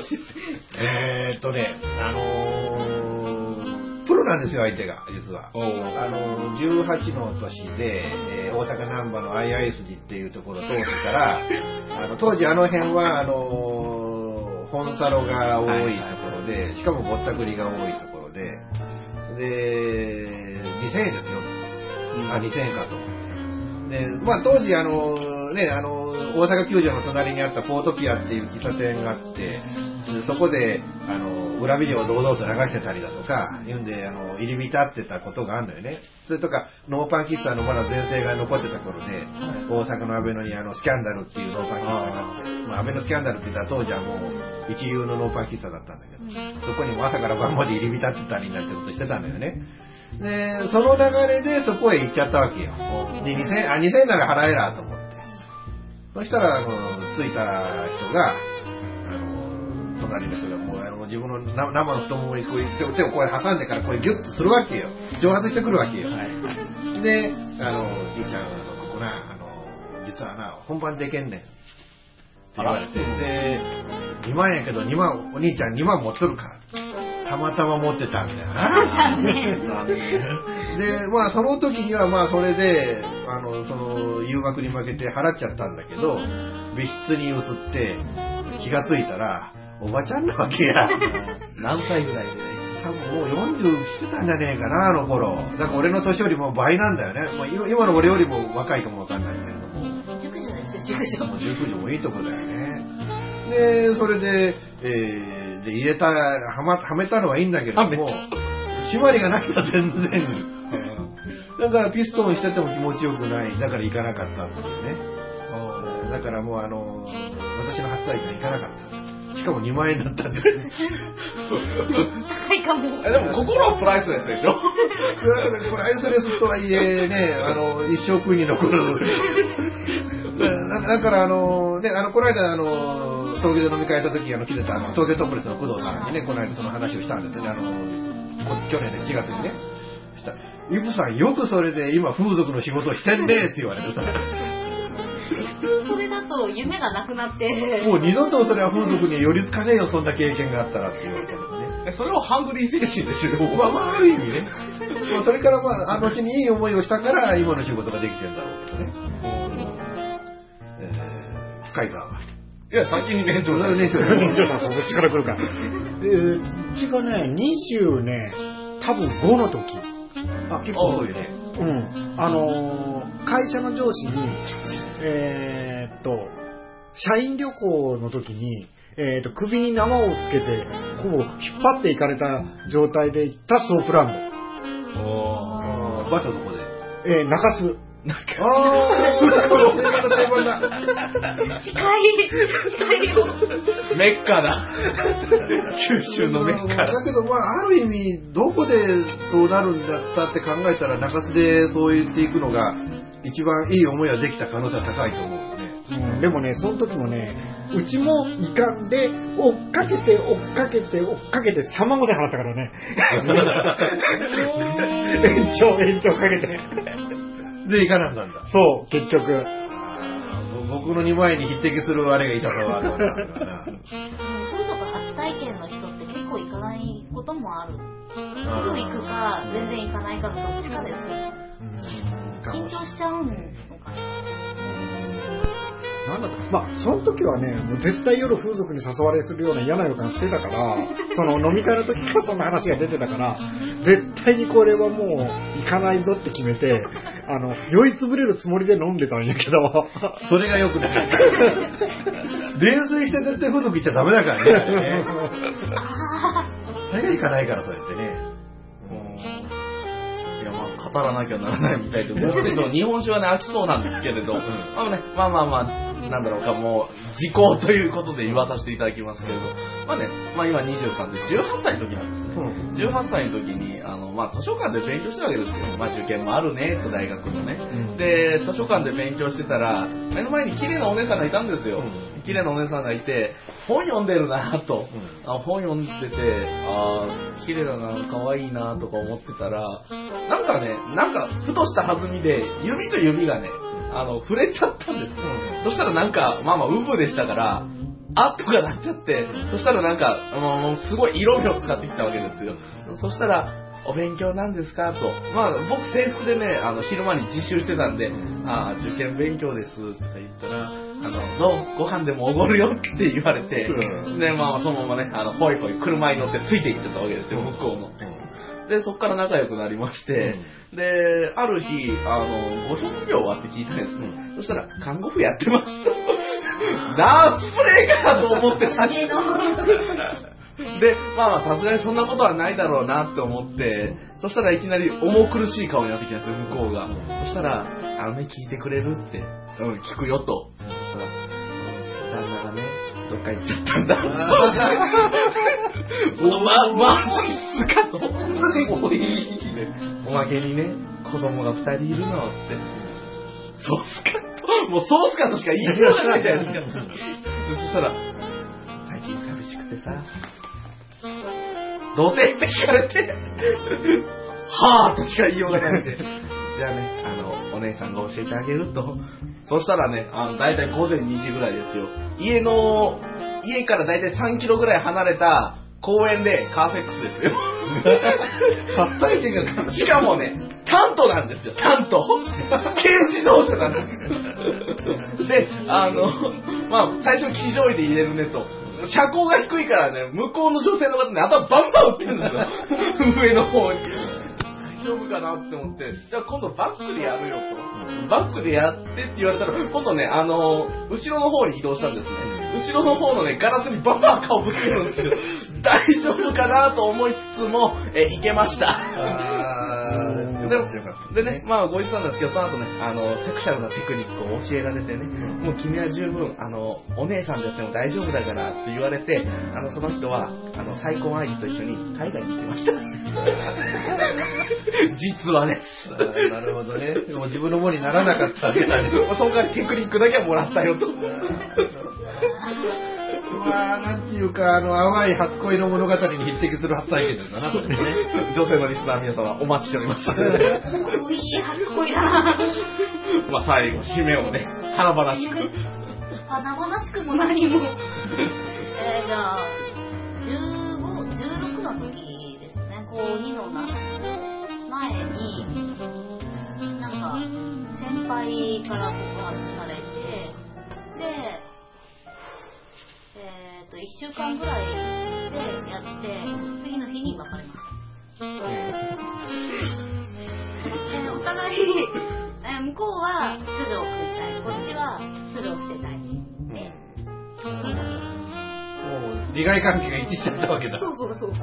プロなんですよ、相手が、実は。18の年で、大阪難波の相合筋っていうところを通ってから、当時あの辺は、本サロが多いところで、しかもぼったくりが多いところで、で、2000円ですよ。2000円かと。で、当時大阪球場の隣にあったポートピアっていう喫茶店があって、でそこで、裏ビデオを堂々と流してたりだとか、言うんで、入り浸ってたことがあるのよね。それとか、ノーパン喫茶のまだ全盛が残ってた頃で、大阪のアベノにスキャンダルっていうノーパン喫茶があって、アベノスキャンダルって言ったら当時はもう一流のノーパン喫茶だったんだけど、そこにも朝から晩まで入り浸ってたりなんてことしてたのよね。で、その流れでそこへ行っちゃったわけよ。で、2000円なら払えらと思って。そしたら、着いた人が、隣の人がもう、自分の生の太ももにこう手をこう挟んでからこうギュッとするわけよ。蒸発してくるわけよ。で、いいちゃん、ここな、実はな、本番でけんねん。って言われて、で、2万円やけど、お兄ちゃん2万持っとるか。たまたま持ってたんだよな。で、その時にはそれで、その誘惑に負けて払っちゃったんだけど、別室に移って気がついたら、おばちゃんなわけや。 何歳ぐらいで？ 多分もう40してたんじゃねえかな、あの頃。だから俺の年よりも倍なんだよね。今の俺よりも若いかもわかんないけれども。 熟女ですよ、熟女。 熟女もいいとこだよね。で、それで、はめたのはいいんだけれども、締まりがないんだ、全然。だからピストンしてても気持ちよくない。だから行かなかったっていうね。だからもう私の初体験行かなかった。しかも2万円だったんです。 高いかも。 でも心はプライスレスでしょ？ プライスレスとはいえね、一生食いに残る。だからこの間東京で飲み会やった時来てた東京トップレスの工藤さんにね、この間その話をしたんですよね。去年の1月にね。イブさんよくそれで今風俗の仕事をしてんねって言われてさ。 それだと夢がなくなって、 もう二度とそれは風俗に寄りつかねえよ、そんな経験があったらって言われたんですね。 それをハングリー精神でしょ。 ある意味ね。それから後にいい思いをしたから今の仕事ができてるんだろうけどね。深井さんは。 いや、先に年長さん。 年長さん、こっちから来るから。うちがね、20ね、多分5の時。 結構遅いね。 会社の上司に、社員旅行の時に、首に縄をつけて、ほぼ引っ張っていかれた状態で行ったソープランド。 場所どこで？ 中洲。 ああ、そうだ、定番だ。 近いよ。 メッカだ。九州のメッカだ。 だけどある意味どこでそうなるんだったって考えたら中洲でそう言っていくのが一番いい思いはできた可能性は高いと思うよね。 でもね、その時もね、うちもいかんで追っかけて3万5千払ったからね。延長かけて。 で、行かなんだんだ。 そう、結局。 僕の2万円に匹敵するあれがいたのはあるわな。 風俗初体験の人って結構行かないこともある。すぐ行くか、全然行かないかのどっちかですけど。緊張しちゃうんですのかな。 なんだろう、その時はね、もう絶対夜風俗に誘われするような嫌な予感してたから、その飲み会の時からそんな話が出てたから、絶対にこれはもう行かないぞって決めて、酔いつぶれるつもりで飲んでたんやけど、 それがよくない。泥酔して絶対風俗行っちゃダメだからね。それが行かないからそうやってね。 語らなきゃならないみたいで、僕たちの日本酒はね、飽きそうなんですけれど、 なんだろうか、もう、時効ということで言わさせていただきますけれど、まあね、まあ今23で18歳の時なんですね。18歳の時に、まあ図書館で勉強してるわけですよ。まあ受験もあるね、と大学のね。で、図書館で勉強してたら、目の前に綺麗なお姉さんがいたんですよ。綺麗なお姉さんがいて、本読んでるなと、本読んでて、綺麗だな、可愛いなとか思ってたら、なんかふとした弾みで、指と指がね、触れちゃったんです。そしたらなんか、まあウブでしたから、あっとかなっちゃって、そしたらなんか、もうすごい色味を使ってきたわけですよ。そしたら、お勉強なんですかと。まあ僕制服でね、昼間に自習してたんで、受験勉強ですとか言ったら、どうご飯でもおごるよって言われて、で、まあそのままね、ほいほい車に乗ってついていっちゃったわけですよ、向こうの。で、そっから仲良くなりまして、で、ある日、ご職業はって聞いたんですね。そしたら、看護婦やってますと。ナースプレイかと思って先に。で、まあさすがにそんなことはないだろうなって思って、そしたらいきなり重苦しい顔になってきたんですよ、向こうが。そしたら、聞いてくれるって、聞くよと。そしたら、旦那がね、どっか行っちゃったんだ。マジっすかと。おまけにね、子供が2人いるのって。そうっすかと。もうそうっすかとしか言いようがないじゃないですか。そしたら、最近寂しくてさ、童貞って聞かれて、はぁとしか言いようがないんで、じゃあね、お姉さんが教えてあげると。そしたらね、だいたい午前2時ぐらいですよ。家からだいたい3キロぐらい離れた公園でカーフェックスですよ。しかもね、タントなんですよ、タント。軽自動車なんですよ。で、まあ、最初騎乗位で入れるねと。車高が低いからね、向こうの女性の方に頭バンバン打ってるんですよ。上の方に。大丈夫かなって思って、じゃあ今度バックでやるよと。バックでやってって言われたら、今度ね、後ろの方に移動したんですね。後ろの方のね、ガラスにバンバン顔ぶつけるんですよ。大丈夫かなと思いつつも、いけました。でね、まあ後日なんですけど、その後ね、セクシャルなテクニックを教えられてね、もう君は十分、お姉さんでやっても大丈夫だからって言われて、その人は、再婚相手と一緒に海外に行きました。実はです。 なるほどね。でも自分のものにならなかったわけだね。 その代わりテクニックだけはもらったよと。 まあ、なんていうか、淡い初恋の物語に匹敵する初体験ですかな、ね。 女性のリスナー皆様お待ちしております。 いい初恋だな。 まあ最後、締めをね、華々しく。 華々しくも何も。じゃあ、16の時ですね、高2の夏前に、なんか、先輩から告白されて、で、1週間ぐらいでやって、次の日に別れました。お互い、向こうは処女を食いたい、こっちは処女を捨てたい。 もう利害関係が一致しちゃったわけだ。 そう。男の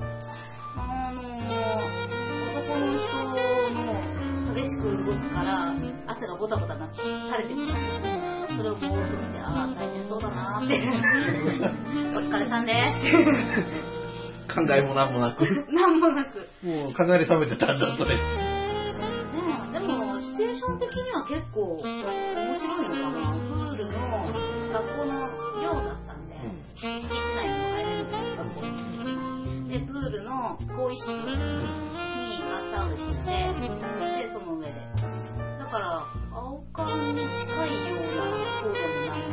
人の激しく動くから汗がボタボタ垂れてくる。それをぼーっと見て、大変そうだなーって。お疲れさんでーす。 考えもなんもなく。 なんもなく。 もうかなり冷めてたんだ、それ。 でも、シチュエーション的には結構面白いのかな。プールの学校の寮だったんで、敷地内にも入れるんですよ、学校の敷地内。で、プールの更衣室にバスタオルしてて、で、その上で。だから、青缶に近いような、そうでもないよ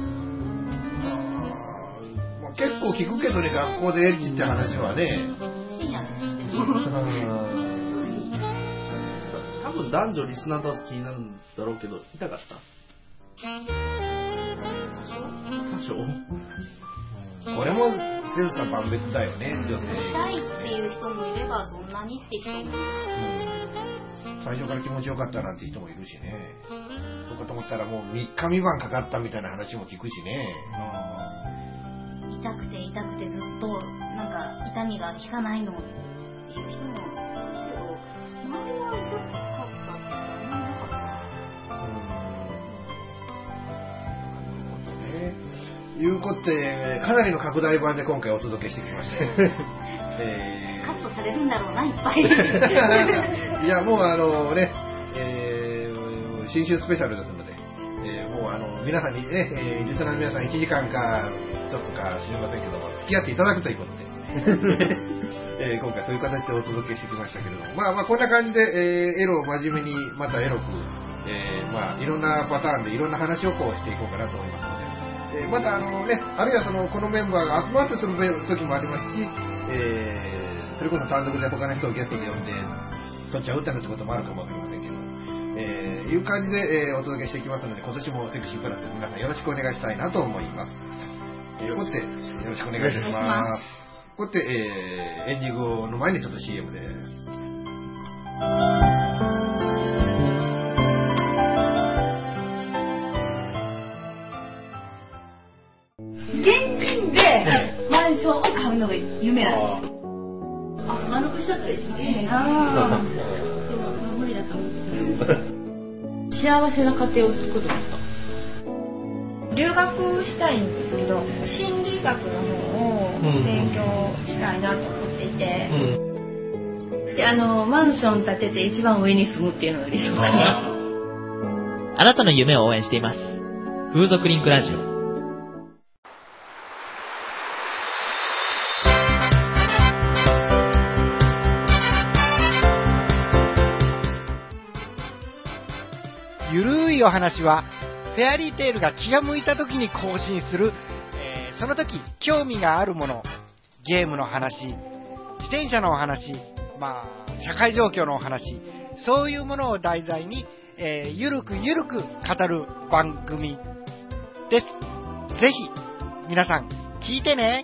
うな。 結構聞くけどね、学校でエッチって話はね。 深夜ですって。 多分男女リスナーだと気になるんだろうけど、痛かった？多少これも強さ万別だよね、女性。 痛いっていう人もいれば、そんなにって人もいるし。 最初から気持ちよかったなんて人もいるしね。とかと思ったらもう3日3晩かかったみたいな話も聞くしね。 痛くてずっとなんか痛みが引かないのっていう人もいるけど、周りは痛かったってなかった。 いうことで、かなりの拡大版で今回お届けしてきました。 カットされるんだろうな、いっぱい。 いや、もう新春スペシャルですので、もう皆さんにね、リスナーの皆さん1時間かちょっとか知りませんけども、付き合っていただくということで、今回そういう形でお届けしてきましたけれども、まあこんな感じで、エロを真面目に、またエロく、いろんなパターンでいろんな話をこうしていこうかなと思いますので、またあるいはこのメンバーが集まってする時もありますし、それこそ単独で他の人をゲストで呼んで撮っちゃうってこともあるかもわかりませんけど、いう感じで、お届けしていきますので、今年もセクシープラス皆さんよろしくお願いしたいなと思います。こうやってよろしくお願いします。こうやって、エンディングの前にちょっと CM です。 現金でマンションを買うのが夢なんですよ。 満足しちゃったら一番いいな。無理だと思う。 幸せな家庭を作ること。留学したいんですけど、心理学の方を勉強したいなと思っていて、でマンション建てて一番上に住むっていうのが理想かな。 あなたの夢を応援しています。風俗リンクラジオ。 ゆるいお話はフェアリーテールが気が向いた時に更新する、その時興味があるもの、ゲームの話、自転車のお話、社会状況のお話、そういうものを題材に、ゆるくゆるく語る番組です。ぜひ皆さん聞いてね。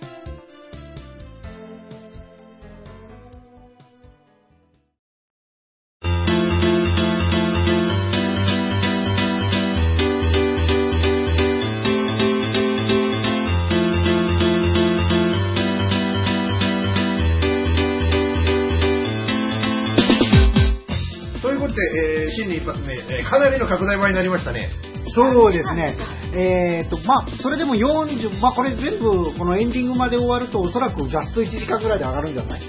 新年一発目、かなりの拡大版になりましたね。 そうですね。それでも40、これ全部このエンディングまで終わるとおそらくジャスト1時間ぐらいで上がるんじゃない？ 1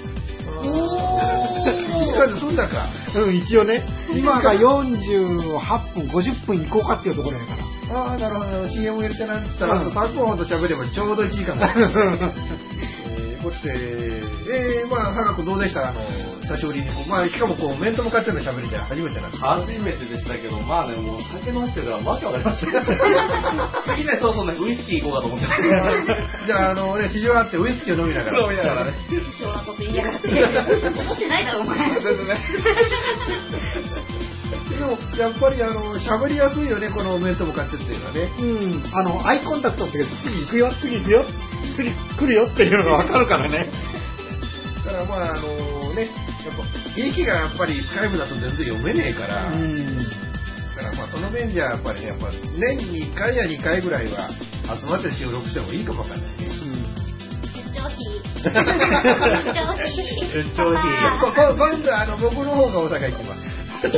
時間で済んだか。 一応ね。今が48分、50分いこうかっていうところやから。 ああ、なるほど。CM 入れてなんつったら、あと3分ほど喋ればちょうど1時間だ。こうして、佐賀君どうでした？久しぶりにしかも面と向かっての喋りで初めてなんです。 初めてでしたけど、もう酒飲んでるからわけわかりました。次ね、そうね、ウイスキー行こうかと思って。 じゃあ、地上あってウイスキーを飲みながら。 飲みながらね。 師匠なこと言いやがって。思ってないだろ、お前。 ですね。 でも、やっぱり喋りやすいよね、この面と向かってっていうのはね。 アイコンタクトって次行くよ、次行くよ、次来るよっていうのがわかるからね。 だからやっぱ息がやっぱりスカイプだと全然読めねえから、だからその面じゃやっぱりね、年に1回や2回ぐらいは集まって収録してもいいかもわかんないね。 出張費。 今度僕の方が大阪行きます。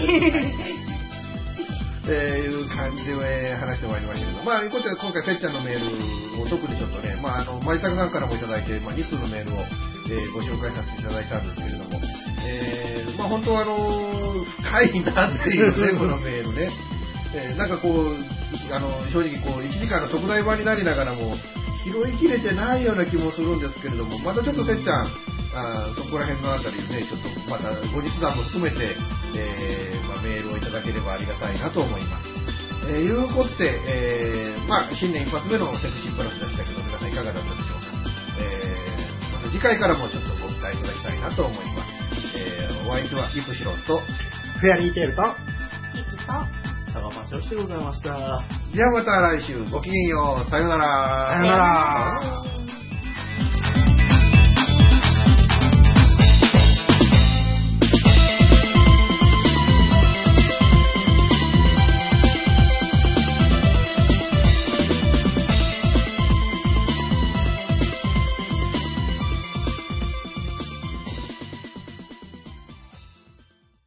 いう感じで、話してまいりましたけど、今回せっちゃんのメールを特にちょっとね、マジタクさんからもいただいて、2通のメールを、ご紹介させていただいたんですけれども、本当は深いなっていうね、このメールね。正直1時間の特大版になりながらも、拾いきれてないような気もするんですけれども、またちょっとせっちゃん、そこら辺のあたりね、ちょっとまた後日談も含めて、メールをいただければありがたいなと思います。いうことで、新年一発目のセクシープラスでしたけど、皆さんいかがだったでしょうか。また次回からもちょっとご期待いただきたいなと思います。お相手はイプシロンとフェアリーテールとキキと高松よしでございました。 ではまた来週ごきげんよう。さようなら。 さようなら。